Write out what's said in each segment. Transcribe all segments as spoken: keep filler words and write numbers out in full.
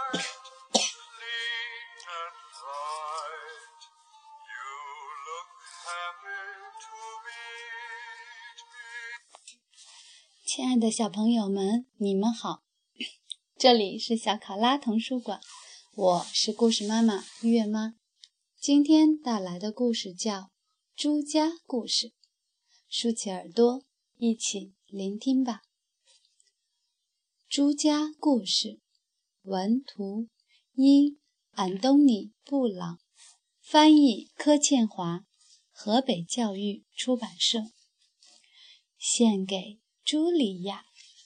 亲爱的小朋友们，你们好，这里是小考拉童书馆，我是故事妈妈月妈。今天带来的故事叫《朱家故事》，竖起耳朵，一起聆听吧。朱家故事，文图一安东尼·布朗，翻译柯倩华，河北教育出版社。献给茱莉亚。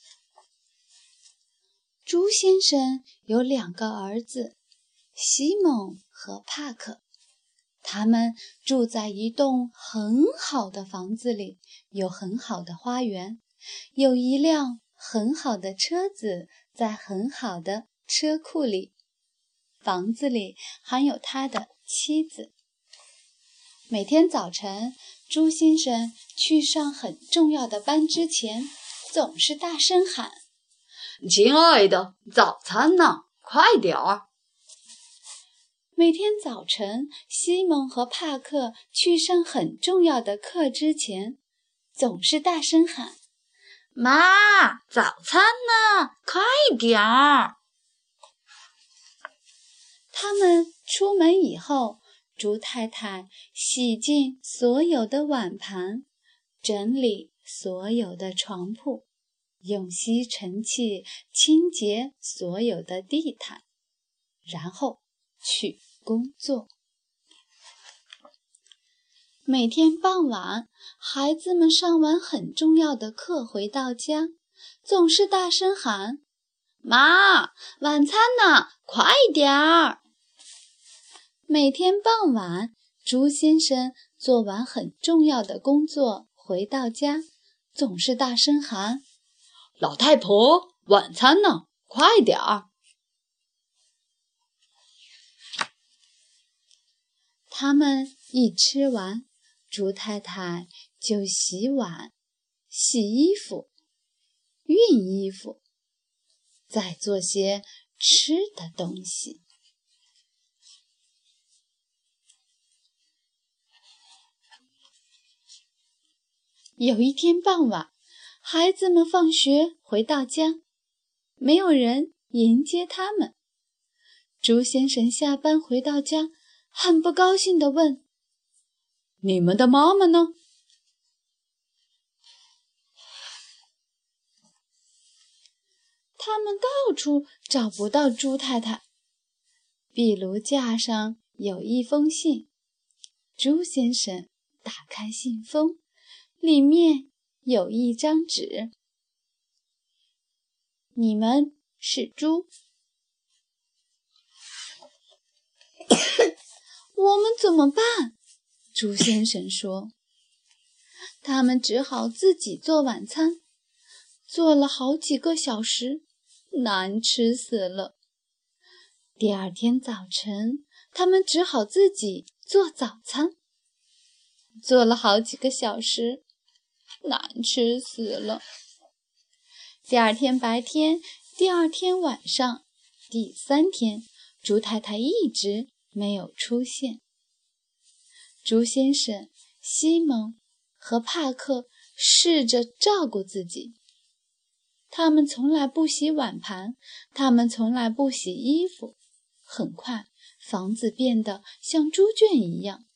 朱先生有两个儿子，西蒙和帕克。他们住在一栋很好的房子里，有很好的花园，有一辆很好的车子在很好的车库里。房子里还有他的妻子。每天早晨，朱先生去上很重要的班之前，总是大声喊：“ 亲爱的，早餐呢？快点儿！” 每天早晨，西蒙和帕克去上很重要的课之前，总是大声喊：“ 妈，早餐呢？快点儿！” 他们出门以后，朱太太洗净所有的碗盘，整理所有的床铺，用吸尘器清洁所有的地毯，然后去工作。每天傍晚，孩子们上完很重要的课回到家，总是大声喊：“ 妈，晚餐呢？快点儿！” 每天傍晚，朱先生做完很重要的工作回到家，总是大声喊：“ 老太婆，晚餐呢？快点儿！” 他们一吃完，朱太太就洗碗、洗衣服、熨衣服，再做些吃的东西。有一天傍晚，孩子们放学回到家，没有人迎接他们。朱先生下班回到家，很不高兴地问：“ 你们的妈妈呢？” 他们到处找不到朱太太。壁炉架上有一封信，朱先生打开信封，里面有一张纸。“你们是猪。”“我们怎么办？”朱先生说。他们只好自己做晚餐，做了好几个小时，难吃死了。第二天早晨，他们只好自己做早餐，做了好几个小时，难吃死了。第二天白天，第二天晚上，第三天，朱太太一直没有出现。朱先生、西蒙和帕克试着照顾自己。他们从来不洗碗盘，他们从来不洗衣服。很快，房子变得像猪圈一样。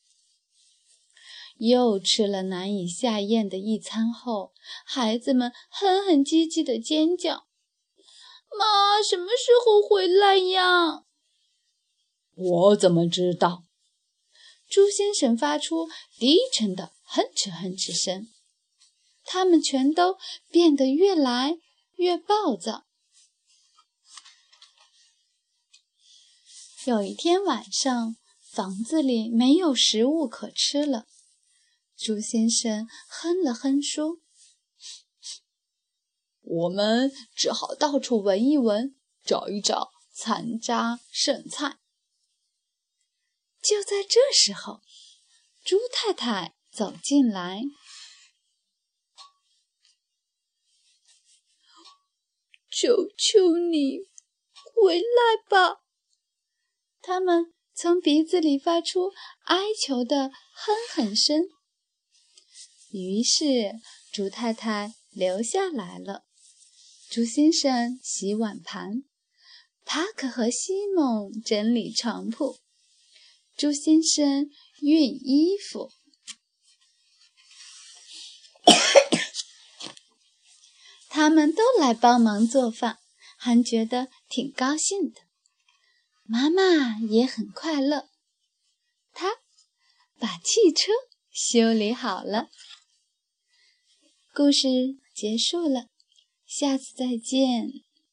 又吃了难以下咽的一餐后，孩子们哼哼唧唧地尖叫：“妈，什么时候回来呀？”“ 我怎么知道？” 朱先生发出低沉的哼哧哼哧声。他们全都变得越来越暴躁。有一天晚上，房子里没有食物可吃了。朱先生哼了哼说：“ 我们只好到处闻一闻，找一找残渣剩菜。” 就在这时候，朱太太走进来。 “求求你， 回来吧！他们从鼻子里发出哀求的哼哼声。于是猪太太留下来了。猪先生洗碗盘，帕克和西蒙整理床铺，猪先生熨衣服。他们都来帮忙做饭，还觉得挺高兴的。妈妈也很快乐，她把汽车修理好了。故事结束了，下次再见。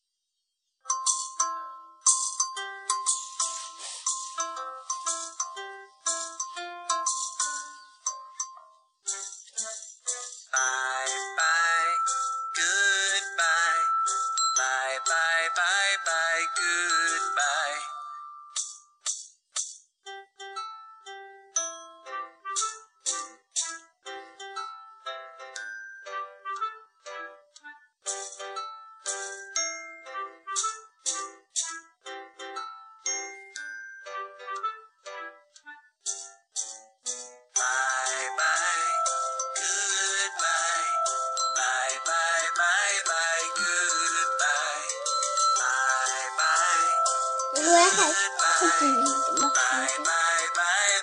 Bye bye, goodbye. Bye bye bye bye, goodbye. Bye bye, goodbye. Bye bye bye bye, goodbye. Bye bye, 我还很 goodbye. 怎么 Bye bye bye